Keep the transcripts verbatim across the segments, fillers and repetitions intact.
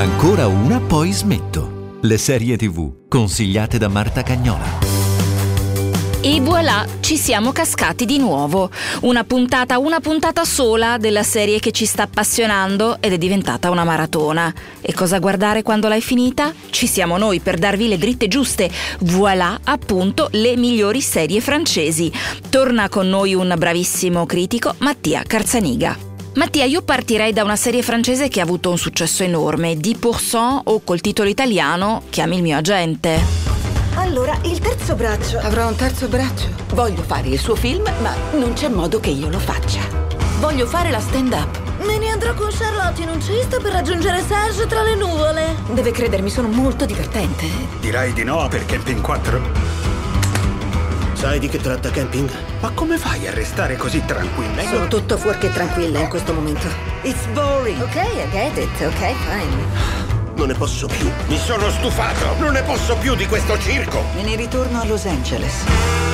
Ancora una, poi smetto. Le serie tivù consigliate da Marta Cagnola. E voilà, ci siamo cascati di nuovo. Una puntata, una puntata sola della serie che ci sta appassionando ed è diventata una maratona. E cosa guardare quando l'hai finita? Ci siamo noi per darvi le dritte giuste. Voilà, appunto, le migliori serie francesi. Torna con noi un bravissimo critico, Mattia Carzaniga. Mattia, io partirei da una serie francese che ha avuto un successo enorme, dix pour cent, o col titolo italiano Chiami il mio agente. Allora, il terzo braccio. Avrò un terzo braccio. Voglio fare il suo film, ma non c'è modo che io lo faccia. Voglio fare la stand-up. Me ne andrò con Charlotte in un cisto per raggiungere Serge tra le nuvole. Deve credermi, sono molto divertente. Dirai di no per Camping quattro? Sai di che tratta Camping? Ma come fai a restare così tranquilla? Sono tutto fuorché tranquilla in questo momento. It's boring. Ok, I get it. Ok, fine. Non ne posso più. Mi sono stufato. Non ne posso più di questo circo. Me ne ritorno a Los Angeles.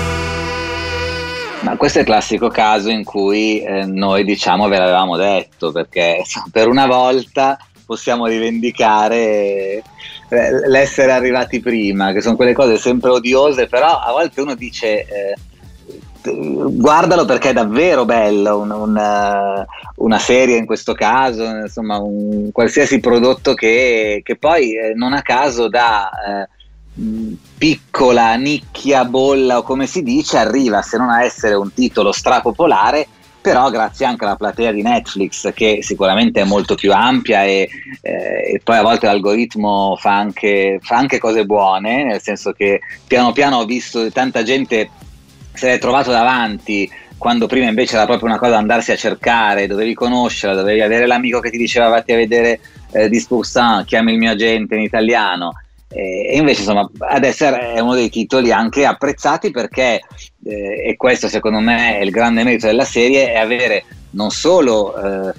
Ma questo è il classico caso in cui eh, noi diciamo ve l'avevamo detto, perché insomma, per una volta possiamo rivendicare eh, l'essere arrivati prima, che sono quelle cose sempre odiose, però a volte uno dice eh, guardalo perché è davvero bello, un, un, una serie in questo caso, insomma un qualsiasi prodotto che, che poi eh, non a caso da eh, piccola nicchia, bolla o come si dice, arriva se non a essere un titolo strapopolare, però grazie anche alla platea di Netflix, che sicuramente è molto più ampia e, eh, e poi a volte l'algoritmo fa anche, fa anche cose buone, nel senso che piano piano ho visto tanta gente se l'è trovato davanti, quando prima invece era proprio una cosa da andarsi a cercare, dovevi conoscerla, dovevi avere l'amico che ti diceva vatti a vedere eh, dix pour cent, Chiami il mio agente in italiano, eh, e invece insomma adesso è uno dei titoli anche apprezzati perché, eh, e questo secondo me è il grande merito della serie, è avere non solo eh,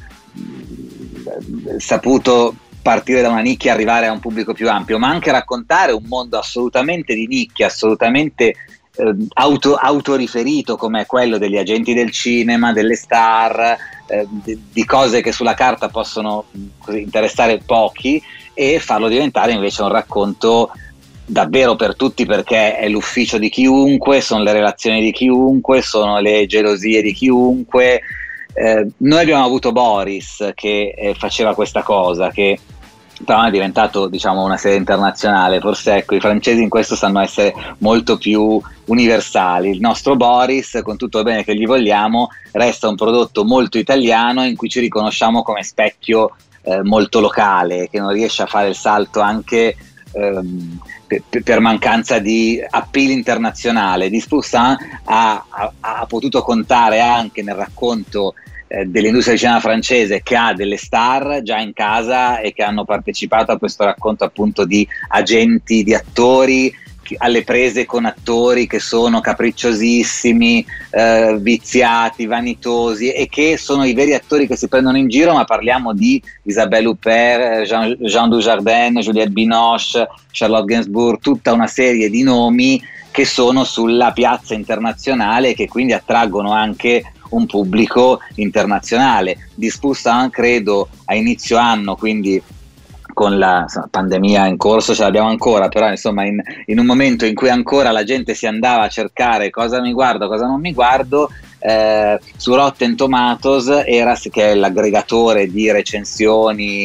saputo partire da una nicchia e arrivare a un pubblico più ampio, ma anche raccontare un mondo assolutamente di nicchia, assolutamente eh, auto, autoriferito, come è quello degli agenti del cinema, delle star, eh, di, di cose che sulla carta possono così interessare pochi, e farlo diventare invece un racconto davvero per tutti, perché è l'ufficio di chiunque, sono le relazioni di chiunque, sono le gelosie di chiunque. Eh, noi abbiamo avuto Boris che eh, faceva questa cosa, che però è diventato diciamo una serie internazionale, forse ecco i francesi in questo sanno essere molto più universali. Il nostro Boris, con tutto il bene che gli vogliamo, resta un prodotto molto italiano in cui ci riconosciamo come specchio eh, molto locale, che non riesce a fare il salto anche ehm, per, per mancanza di appeal internazionale. dix pour cent ha, ha, ha potuto contare anche nel racconto eh, dell'industria del cinema francese, che ha delle star già in casa e che hanno partecipato a questo racconto appunto di agenti, di attori, alle prese con attori che sono capricciosissimi, eh, viziati, vanitosi, e che sono i veri attori che si prendono in giro, ma parliamo di Isabelle Huppert, Jean, Jean Dujardin, Juliette Binoche, Charlotte Gainsbourg, tutta una serie di nomi che sono sulla piazza internazionale e che quindi attraggono anche un pubblico internazionale. dix pour cent credo a inizio anno, quindi con la insomma, pandemia in corso ce l'abbiamo ancora, però insomma in, in un momento in cui ancora la gente si andava a cercare cosa mi guardo, cosa non mi guardo, eh, su Rotten Tomatoes era, che è l'aggregatore di recensioni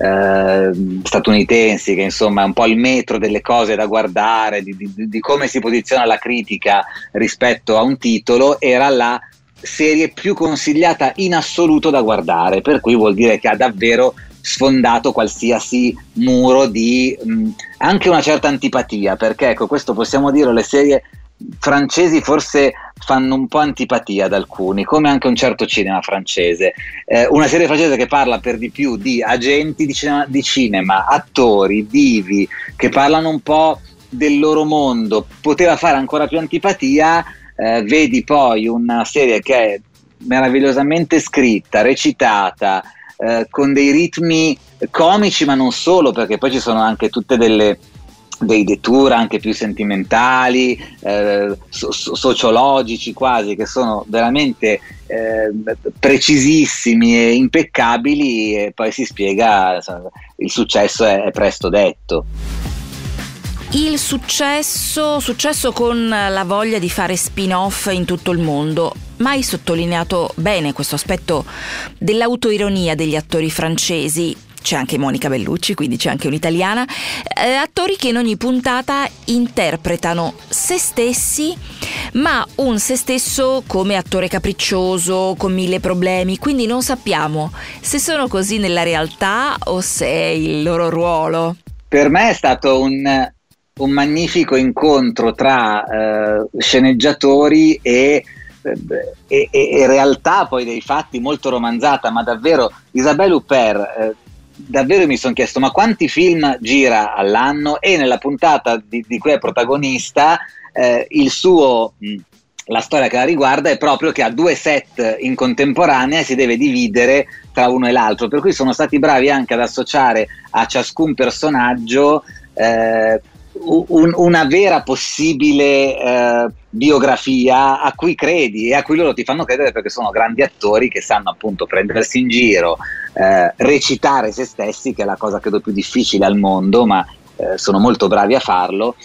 eh, statunitensi, che insomma è un po' il metro delle cose da guardare, di, di, di come si posiziona la critica rispetto a un titolo, era la serie più consigliata in assoluto da guardare, per cui vuol dire che ha davvero sfondato qualsiasi muro di mh, anche una certa antipatia, perché ecco, questo possiamo dire, le serie francesi forse fanno un po' antipatia ad alcuni, come anche un certo cinema francese. Eh, una serie francese che parla per di più di agenti di cinema, di cinema, attori, divi, che parlano un po' del loro mondo, poteva fare ancora più antipatia. Eh, vedi poi una serie che è meravigliosamente scritta, recitata, eh, con dei ritmi comici, ma non solo, perché poi ci sono anche tutte delle dei detour anche più sentimentali, eh, so- sociologici quasi, che sono veramente eh, precisissimi e impeccabili, e poi si spiega, insomma, il successo è, è presto detto. Il successo, successo con la voglia di fare spin-off in tutto il mondo. Mai sottolineato bene questo aspetto dell'autoironia degli attori francesi. C'è anche Monica Bellucci, quindi c'è anche un'italiana, eh, attori che in ogni puntata interpretano se stessi, ma un se stesso come attore capriccioso, con mille problemi, quindi non sappiamo se sono così nella realtà o se è il loro ruolo. Per me è stato un, un magnifico incontro tra eh, sceneggiatori e E, e, e realtà poi dei fatti molto romanzata, ma davvero Isabelle Huppert, eh, davvero mi sono chiesto ma quanti film gira all'anno, e nella puntata di, di cui è protagonista eh, il suo mh, la storia che la riguarda è proprio che ha due set in contemporanea e si deve dividere tra uno e l'altro, per cui sono stati bravi anche ad associare a ciascun personaggio eh, Un, una vera possibile eh, biografia a cui credi e a cui loro ti fanno credere, perché sono grandi attori che sanno appunto prendersi in giro, eh, recitare se stessi, che è la cosa credo più difficile al mondo, ma eh, sono molto bravi a farlo,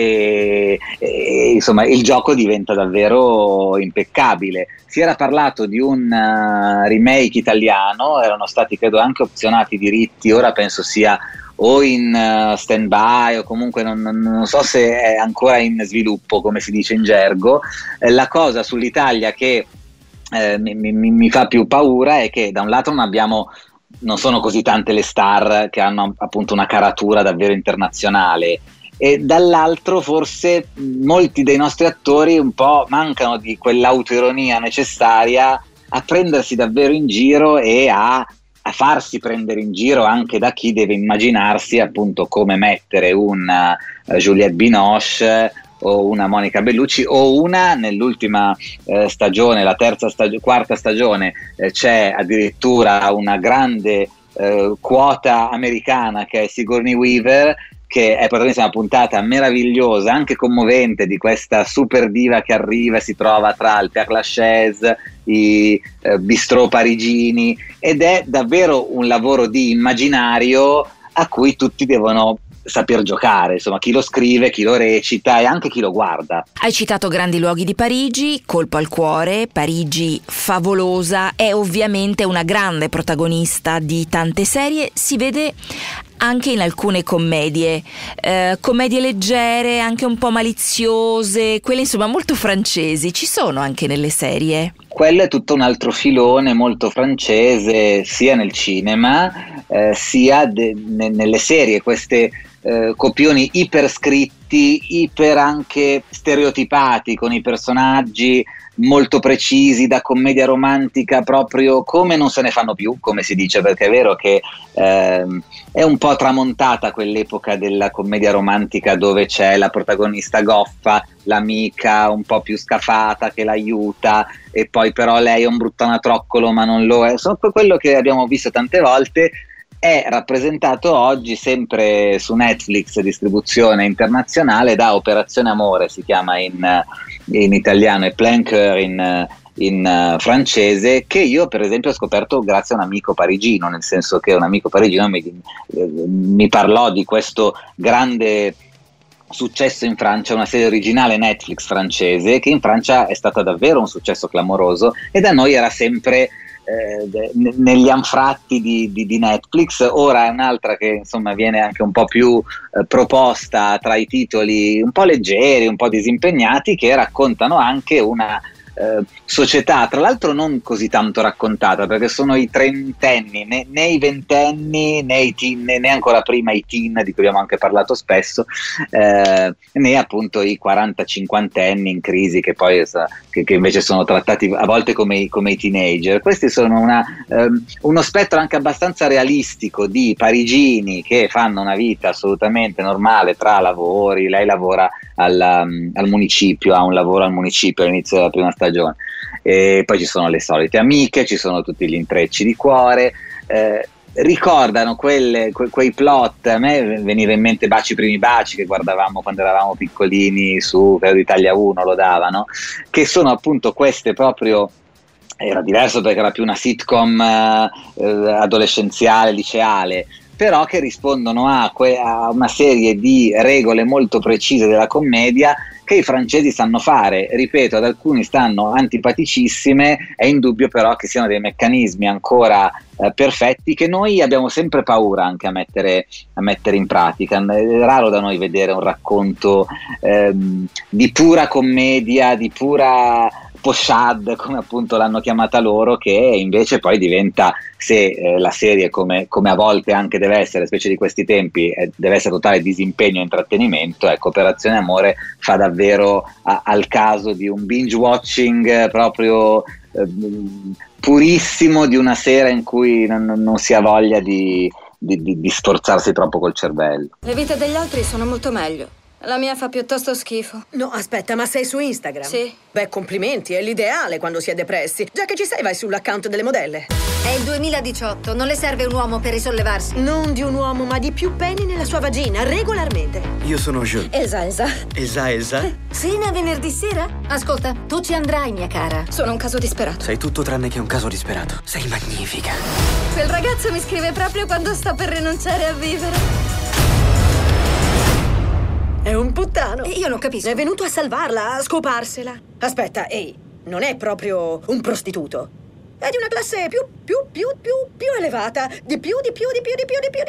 e, e insomma il gioco diventa davvero impeccabile. Si era parlato di un uh, remake italiano, erano stati credo anche opzionati i diritti, ora penso sia o in uh, stand by o comunque non, non, non so se è ancora in sviluppo, come si dice in gergo. Eh, la cosa sull'Italia che eh, mi, mi, mi fa più paura è che da un lato non abbiamo non sono così tante le star che hanno appunto una caratura davvero internazionale, e dall'altro forse molti dei nostri attori un po' mancano di quell'autoironia necessaria a prendersi davvero in giro e a a farsi prendere in giro anche da chi deve immaginarsi appunto come mettere una uh, Juliette Binoche o una Monica Bellucci, o una nell'ultima eh, stagione, la terza stagio- quarta stagione, eh, c'è addirittura una grande eh, quota americana che è Sigourney Weaver, che è protagonista di una puntata meravigliosa, anche commovente, di questa super diva che arriva e si trova tra il Père Lachaise, i eh, bistrò parigini, ed è davvero un lavoro di immaginario a cui tutti devono saper giocare, insomma, chi lo scrive, chi lo recita e anche chi lo guarda. Hai citato grandi luoghi di Parigi, colpo al cuore, Parigi favolosa, è ovviamente una grande protagonista di tante serie, si vede anche in alcune commedie, eh, commedie leggere, anche un po' maliziose, quelle insomma molto francesi, ci sono anche nelle serie. Quello è tutto un altro filone molto francese, sia nel cinema eh, sia de- ne- nelle serie, queste eh, copioni iperscritti, iper anche stereotipati, con i personaggi molto precisi, da commedia romantica proprio come non se ne fanno più, come si dice, perché è vero che ehm, è un po' tramontata quell'epoca della commedia romantica dove c'è la protagonista goffa, l'amica un po' più scafata che l'aiuta, e poi però lei è un bruttanatroccolo ma non lo è, insomma quello che abbiamo visto tante volte è rappresentato oggi sempre su Netflix, distribuzione internazionale, da Operazione Amore, si chiama in, in italiano, e Plein Cœur in, in uh, francese, che io per esempio ho scoperto grazie a un amico parigino, nel senso che un amico parigino mi, eh, mi parlò di questo grande successo in Francia, una serie originale Netflix francese che in Francia è stata davvero un successo clamoroso, e da noi era sempre Eh, negli anfratti di, di, di Netflix. Ora è un'altra che insomma viene anche un po' più eh, proposta tra i titoli un po' leggeri, un po' disimpegnati, che raccontano anche una eh, società, tra l'altro non così tanto raccontata, perché sono i trentenni, né, né i ventenni, né i teen, né, né ancora prima i teen, di cui abbiamo anche parlato spesso, eh, né appunto i quaranta cinquantenni in crisi, che poi che, che invece sono trattati a volte come i, come i teenager. Questi sono una, ehm, uno spettro anche abbastanza realistico di parigini che fanno una vita assolutamente normale tra lavori. Lei lavora al, um, al municipio, ha un lavoro al municipio all'inizio della prima stagione, e poi ci sono le solite amiche, ci sono tutti gli intrecci di cuore, eh, ricordano quelle, que, quei plot. A me veniva in mente Baci primi baci, che guardavamo quando eravamo piccolini su, credo, Italia uno lo davano, che sono appunto queste proprio. Era diverso perché era più una sitcom eh, adolescenziale, liceale, però che rispondono a, que- a una serie di regole molto precise della commedia che i francesi sanno fare. Ripeto, ad alcuni stanno antipaticissime, è indubbio però che siano dei meccanismi ancora eh, perfetti, che noi abbiamo sempre paura anche a mettere, a mettere in pratica. È raro da noi vedere un racconto ehm, di pura commedia, di pura pochade, come appunto l'hanno chiamata loro, che invece poi diventa, se eh, la serie come, come a volte anche deve essere, specie di questi tempi, eh, deve essere totale disimpegno e intrattenimento. Ecco, Operazione Amore fa davvero a, al caso di un binge watching eh, proprio eh, purissimo, di una sera in cui non, non si ha voglia di, di, di, di sforzarsi troppo col cervello. Le vite degli altri sono molto meglio. La mia fa piuttosto schifo. No, aspetta, ma sei su Instagram? Sì. Beh, complimenti, è l'ideale quando si è depressi. Già che ci sei, vai sull'account delle modelle. È il duemiladiciotto, non le serve un uomo per risollevarsi. Non di un uomo, ma di più peni nella sua vagina, regolarmente. Io sono Je. Elsa, Elsa. Elsa, Elsa? Cena venerdì sera? Ascolta, tu ci andrai, mia cara. Sono un caso disperato. Sei tutto tranne che un caso disperato. Sei magnifica. Quel ragazzo mi scrive proprio quando sto per rinunciare a vivere. È un puttano. Io non capisco. È venuto a salvarla, a scoparsela. Aspetta, ehi, non è proprio un prostituto. È di una classe più, più, più, più, più elevata. Di più, di più, di più, di più, di più,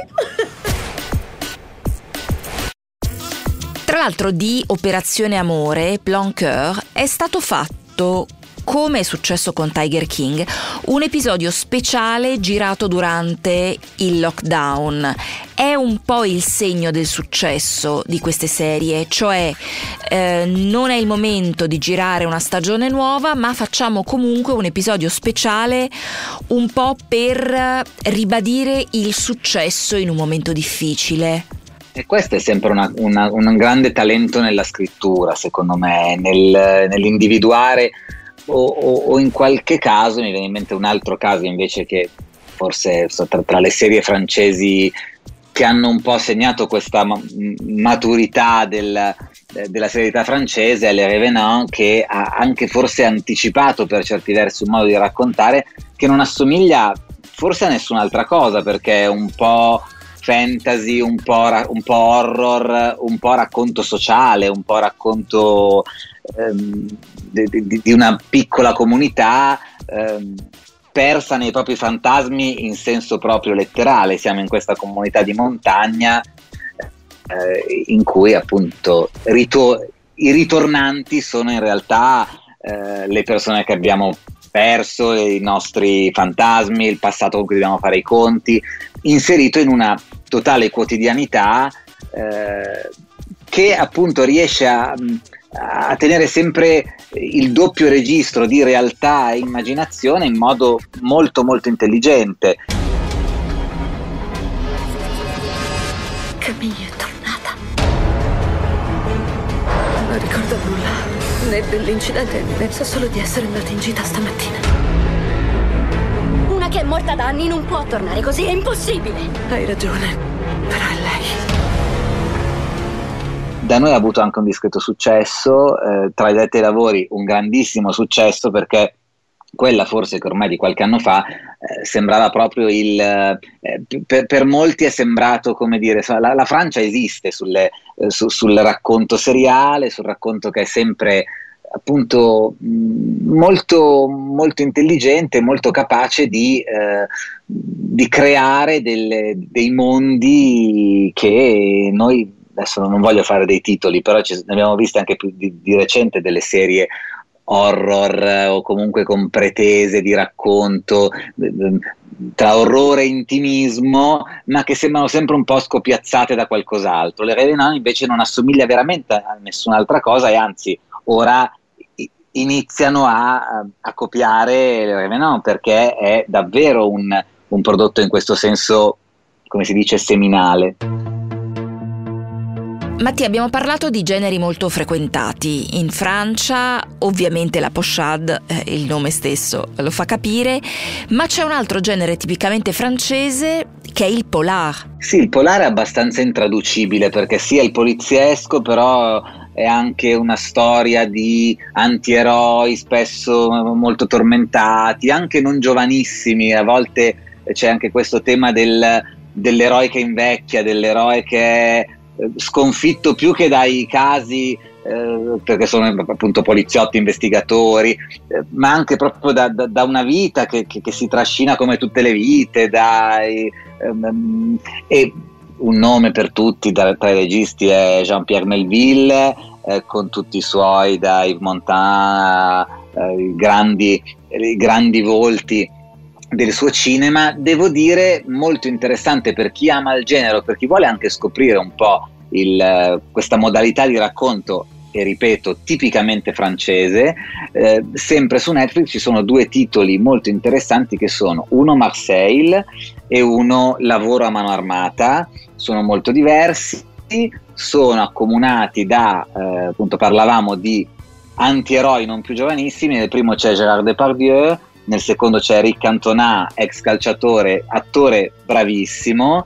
Tra di più. l'altro di Operazione Amore, Plan Coeur, è stato fatto, come è successo con Tiger King, un episodio speciale girato durante il lockdown. È un po' il segno del successo di queste serie, cioè eh, non è il momento di girare una stagione nuova, ma facciamo comunque un episodio speciale un po' per ribadire il successo in un momento difficile. E questo è sempre una, una, un grande talento nella scrittura, secondo me, nel, nell'individuare o, o, o in qualche caso, mi viene in mente un altro caso invece che forse tra, tra le serie francesi che hanno un po' segnato questa ma- maturità del, della serietà francese, è Le Revenant, che ha anche forse anticipato per certi versi un modo di raccontare che non assomiglia forse a nessun'altra cosa, perché è un po' fantasy, un po', ra- un po' horror, un po' racconto sociale, un po' racconto ehm, di, di, di una piccola comunità ehm, persa nei propri fantasmi in senso proprio letterale. Siamo in questa comunità di montagna eh, in cui appunto ritor- i ritornanti sono in realtà eh, le persone che abbiamo perso, i nostri fantasmi, il passato con cui dobbiamo fare i conti, inserito in una totale quotidianità eh, che appunto riesce a, a tenere sempre il doppio registro di realtà e immaginazione in modo molto molto intelligente. Camille è tornata. Non ricordo nulla, né dell'incidente, né so solo di essere andata in gita stamattina. Una che è morta da anni non può tornare così, è impossibile. Hai ragione, però è lei. Da noi ha avuto anche un discreto successo, eh, tra i detti ai lavori un grandissimo successo, perché quella forse che ormai di qualche anno fa eh, sembrava proprio il eh, per, per molti è sembrato, come dire, la, la Francia esiste sulle, eh, su, sul racconto seriale, sul racconto che è sempre appunto mh, molto molto intelligente, molto capace di, eh, di creare delle, dei mondi che noi, adesso non voglio fare dei titoli, però ci, ne abbiamo viste anche più di, di recente delle serie horror eh, o comunque con pretese di racconto eh, tra orrore e intimismo, ma che sembrano sempre un po' scopiazzate da qualcos'altro. Le Revenant invece non assomiglia veramente a nessun'altra cosa, e anzi ora iniziano a, a copiare Le Revenant, perché è davvero un, un prodotto in questo senso, come si dice, seminale. Mattia, abbiamo parlato di generi molto frequentati. In Francia, ovviamente la pochade, eh, il nome stesso lo fa capire, ma c'è un altro genere tipicamente francese che è il polar. Sì, il polar è abbastanza intraducibile perché sia il poliziesco, però è anche una storia di antieroi spesso molto tormentati, anche non giovanissimi. A volte c'è anche questo tema del, dell'eroe che invecchia, dell'eroe che è sconfitto più che dai casi, eh, perché sono appunto poliziotti, investigatori, eh, ma anche proprio da, da, da una vita che, che, che si trascina come tutte le vite, dai, ehm, e un nome per tutti da, tra i registi è Jean-Pierre Melville, eh, con tutti i suoi, da Yves Montand, eh, i, grandi, i grandi volti del suo cinema. Devo dire molto interessante per chi ama il genere, per chi vuole anche scoprire un po' il, questa modalità di racconto, e ripeto tipicamente francese. Eh, sempre su Netflix ci sono due titoli molto interessanti, che sono uno Marseille e uno Lavoro a mano armata. Sono molto diversi, sono accomunati da eh, appunto parlavamo di antieroi non più giovanissimi. Nel primo c'è Gérard Depardieu, nel secondo c'è Eric Cantona, ex calciatore, attore bravissimo,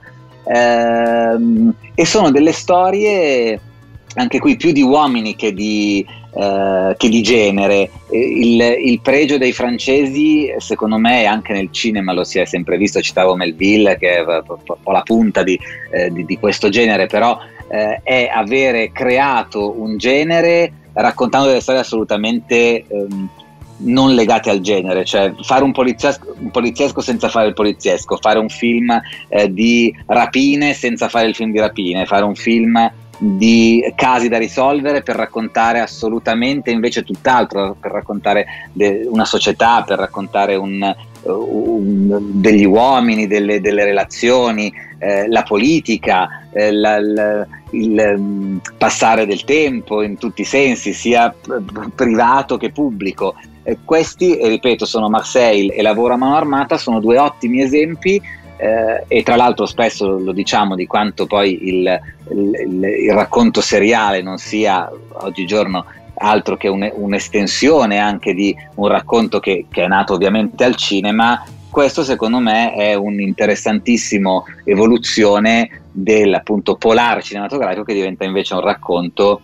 ehm, e sono delle storie anche qui più di uomini che di, eh, che di genere. Il, il pregio dei francesi, secondo me, anche nel cinema lo si è sempre visto. Citavo Melville, che è un po' la punta di, eh, di, di questo genere, però eh, è avere creato un genere raccontando delle storie assolutamente ehm, non legate al genere, cioè fare un poliziesco, un poliziesco senza fare il poliziesco, fare un film eh, di rapine senza fare il film di rapine, fare un film di casi da risolvere per raccontare assolutamente invece tutt'altro, per raccontare de- una società, per raccontare un, un, degli uomini, delle, delle relazioni, eh, la politica, eh, la, la, il um, passare del tempo in tutti i sensi, sia privato che pubblico. Eh, questi, e ripeto, sono Marseille e Lavoro a mano armata, sono due ottimi esempi, eh, e tra l'altro spesso lo diciamo di quanto poi il, il, il racconto seriale non sia oggigiorno altro che un, un'estensione anche di un racconto che, che è nato ovviamente al cinema. Questo secondo me è un'interessantissima evoluzione del appunto polar cinematografico, che diventa invece un racconto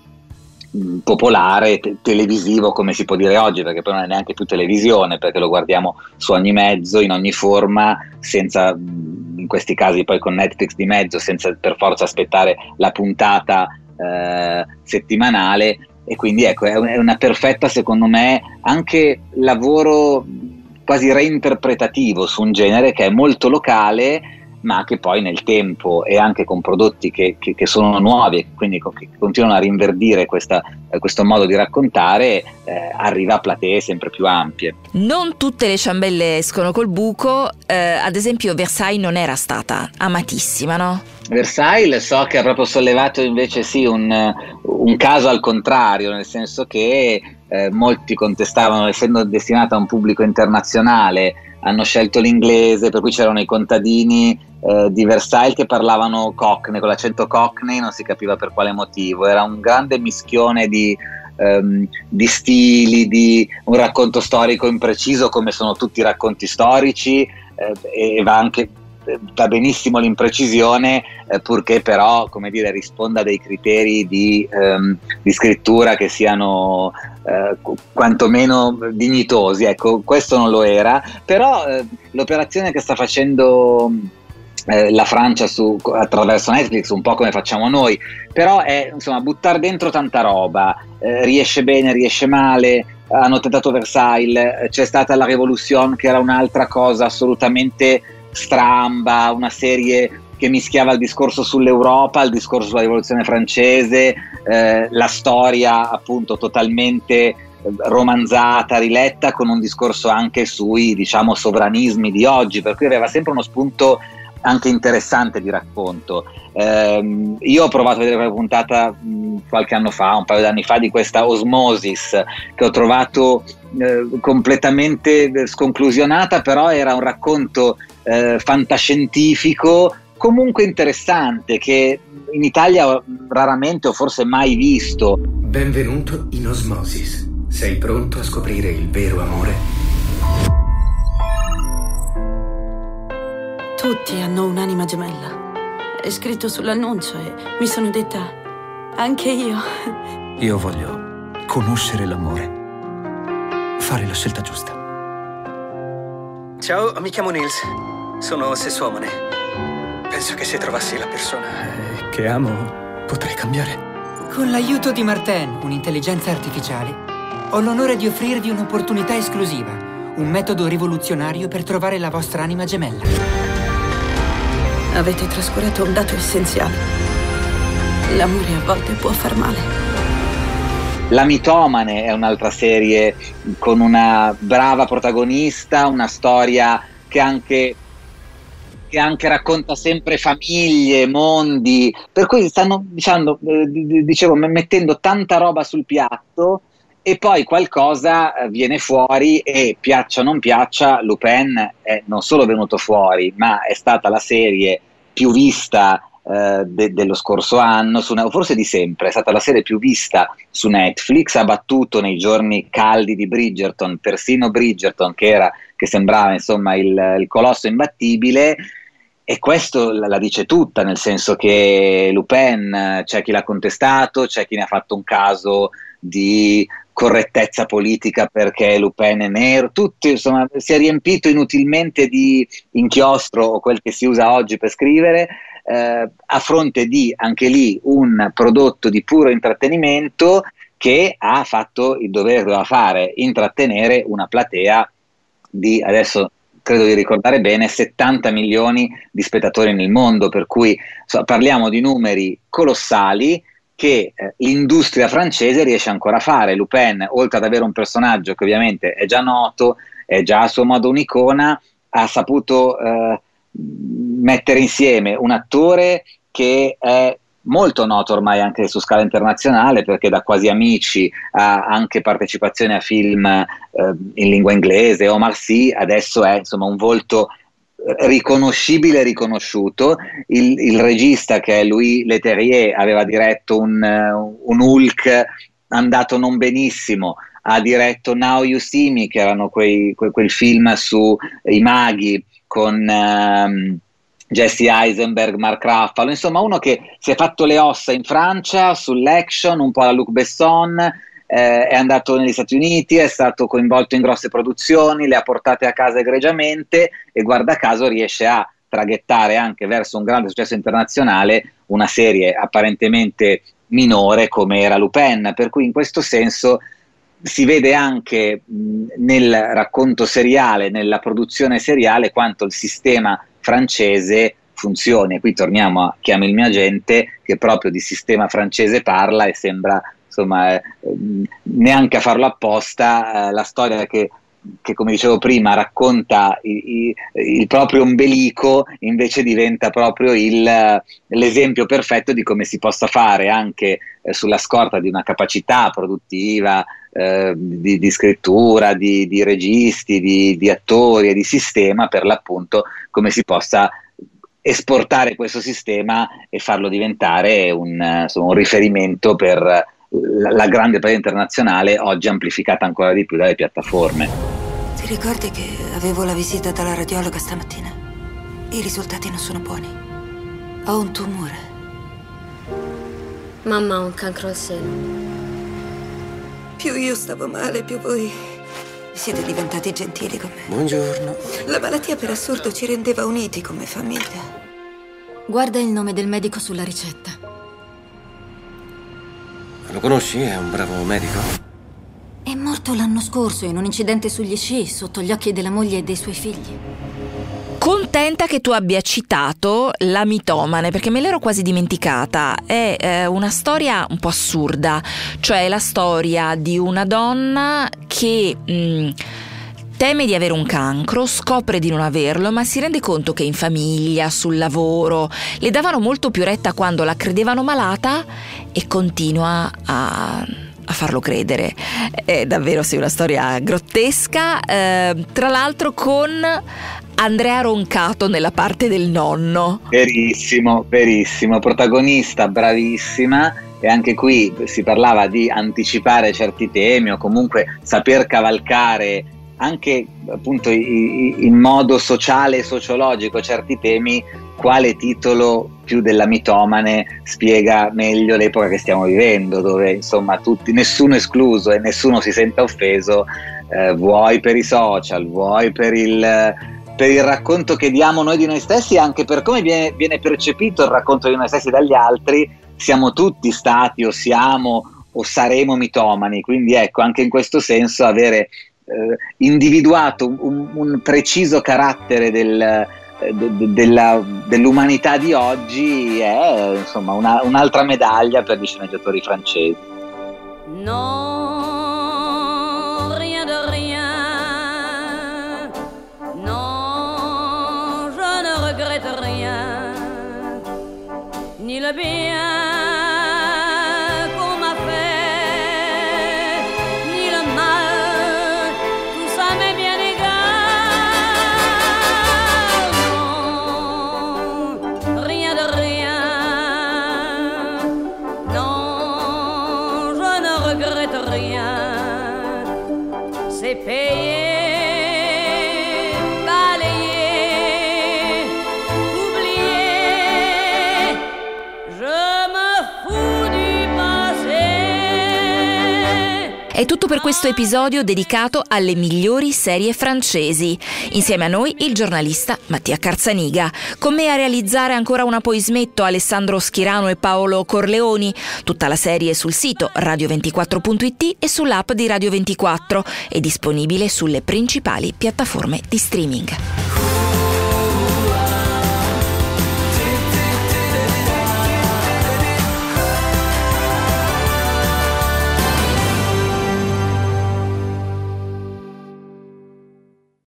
popolare, te- televisivo, come si può dire oggi, perché poi non è neanche più televisione, perché lo guardiamo su ogni mezzo, in ogni forma, senza, in questi casi poi con Netflix di mezzo, senza per forza aspettare la puntata eh, settimanale. E quindi ecco, è una perfetta, secondo me, anche lavoro quasi reinterpretativo su un genere che è molto locale, ma che poi nel tempo, e anche con prodotti che, che, che sono nuovi e quindi che continuano a rinverdire questa, eh, questo modo di raccontare, eh, arriva a platee sempre più ampie. Non tutte le ciambelle escono col buco, eh, ad esempio Versailles non era stata amatissima, no? Versailles so che ha proprio sollevato invece sì un, un caso al contrario, nel senso che eh, molti contestavano, essendo destinata a un pubblico internazionale, hanno scelto l'inglese, per cui c'erano i contadini eh, di Versailles che parlavano cockney, con l'accento cockney, non si capiva per quale motivo. Era un grande mischione di, ehm, di stili, di un racconto storico impreciso, come sono tutti i racconti storici, eh, e va anche va benissimo l'imprecisione, eh, purché però, come dire, risponda a dei criteri di, ehm, di scrittura che siano eh, quantomeno dignitosi. Ecco, questo non lo era, però eh, l'operazione che sta facendo eh, la Francia su, attraverso Netflix, un po' come facciamo noi, però è insomma buttare dentro tanta roba, eh, riesce bene, riesce male. Hanno tentato Versailles, c'è stata La Révolution, che era un'altra cosa assolutamente stramba, una serie che mischiava il discorso sull'Europa, il discorso sulla rivoluzione francese, eh, la storia appunto totalmente romanzata, riletta, con un discorso anche sui, diciamo, sovranismi di oggi, per cui aveva sempre uno spunto anche interessante di racconto. Eh, io ho provato a vedere quella puntata mh, qualche anno fa, un paio d'anni fa, di questa Osmosis, che ho trovato eh, completamente sconclusionata, però era un racconto eh, fantascientifico comunque interessante, che in Italia raramente o forse mai visto. Benvenuto in Osmosis. Sei pronto a scoprire il vero amore? Tutti hanno un'anima gemella. È scritto sull'annuncio e mi sono detta anche io. Io voglio conoscere l'amore, fare la scelta giusta. Ciao, mi chiamo Nils. Sono sessuomone. Penso che se trovassi la persona che amo, potrei cambiare. Con l'aiuto di Martin, un'intelligenza artificiale, ho l'onore di offrirvi un'opportunità esclusiva, un metodo rivoluzionario per trovare la vostra anima gemella. Avete trascurato un dato essenziale. L'amore a volte può far male. La Mitomane è un'altra serie con una brava protagonista, una storia che anche che anche racconta sempre famiglie, mondi, per cui stanno diciamo, eh, dicevo, mettendo tanta roba sul piatto e poi qualcosa viene fuori e piaccia o non piaccia, Lupin è non solo venuto fuori, ma è stata la serie più vista eh, de- dello scorso anno, su, o forse di sempre, è stata la serie più vista su Netflix, ha battuto nei giorni caldi di Bridgerton, persino Bridgerton che, era, che sembrava insomma il, il colosso imbattibile. E questo la, la dice tutta, nel senso che Lupin, c'è chi l'ha contestato, c'è chi ne ha fatto un caso di correttezza politica perché Lupin è nero, tutto, insomma, si è riempito inutilmente di inchiostro o quel che si usa oggi per scrivere, eh, a fronte di, anche lì, un prodotto di puro intrattenimento che ha fatto il dovere che doveva fare, intrattenere una platea di, adesso credo di ricordare bene, settanta milioni di spettatori nel mondo, per cui so, parliamo di numeri colossali che eh, l'industria francese riesce ancora a fare. Lupin, oltre ad avere un personaggio che ovviamente è già noto, è già a suo modo un'icona, ha saputo eh, mettere insieme un attore che è molto noto ormai anche su scala internazionale, perché da Quasi Amici ha anche partecipazione a film eh, in lingua inglese, Omar Sy adesso è insomma un volto riconoscibile e riconosciuto. Il, il regista, che è Louis Leterrier, aveva diretto un, un Hulk andato non benissimo, ha diretto Now You See Me, che erano quei, quei, quel film sui maghi con um, Jesse Eisenberg, Mark Ruffalo, insomma uno che si è fatto le ossa in Francia sull'action, un po' alla Luc Besson, eh, è andato negli Stati Uniti, è stato coinvolto in grosse produzioni, le ha portate a casa egregiamente e guarda caso riesce a traghettare anche verso un grande successo internazionale una serie apparentemente minore come era Lupin, per cui in questo senso si vede anche mh, nel racconto seriale, nella produzione seriale, quanto il sistema francese funzioni. E qui torniamo a Chiami il mio agente, che proprio di sistema francese parla e sembra insomma eh, neanche a farlo apposta, eh, la storia che, che come dicevo prima racconta i, i, il proprio ombelico invece diventa proprio il, l'esempio perfetto di come si possa fare anche eh, sulla scorta di una capacità produttiva, eh, di, di scrittura, di, di registi, di, di attori e di sistema, per l'appunto come si possa esportare questo sistema e farlo diventare un, insomma, un riferimento per la, la grande platea internazionale, oggi amplificata ancora di più dalle piattaforme. Ti ricordi che avevo la visita dalla radiologa stamattina? I risultati non sono buoni. Ho un tumore. Mamma ha un cancro al seno. Più io stavo male, più voi siete diventati gentili con me. Buongiorno. La malattia per assurdo ci rendeva uniti come famiglia. Guarda il nome del medico sulla ricetta. Lo conosci? È un bravo medico? È morto l'anno scorso in un incidente sugli sci, sotto gli occhi della moglie e dei suoi figli. Contenta che tu abbia citato La Mitomane, perché me l'ero quasi dimenticata. È eh, una storia un po' assurda, cioè la storia di una donna che mh, teme di avere un cancro, scopre di non averlo, ma si rende conto che in famiglia, sul lavoro, le davano molto più retta quando la credevano malata e continua a... a farlo credere. È davvero sì, una storia grottesca, eh, tra l'altro con Andrea Roncato nella parte del nonno. Verissimo, verissimo, protagonista bravissima, e anche qui si parlava di anticipare certi temi o comunque saper cavalcare anche appunto in modo sociale e sociologico certi temi. Quale titolo più della Mitomane spiega meglio l'epoca che stiamo vivendo, dove insomma tutti, nessuno escluso e nessuno si sente offeso, eh, vuoi per i social, vuoi per il, per il racconto che diamo noi di noi stessi, anche per come viene, viene percepito il racconto di noi stessi dagli altri. Siamo tutti stati o siamo o saremo mitomani, quindi ecco, anche in questo senso avere eh, individuato un, un preciso carattere del De, della, dell'umanità di oggi è insomma una, un'altra medaglia per gli sceneggiatori francesi. Non, rien de rien. Non, je ne regrette rien. Ni le bien qu'on m'a fait, ni le mal, tout ça m'est bien égal. C'est payé, balayé, oublié, je me fous du passé. È tutto per questo episodio dedicato alle migliori serie francesi. Insieme a noi il giornalista Mattia Carzaniga. Con me a realizzare ancora una Poi smetto Alessandro Schirano e Paolo Corleoni. Tutta la serie sul sito radio ventiquattro punto it e sull'app di Radio ventiquattro. È disponibile sulle principali piattaforme di streaming.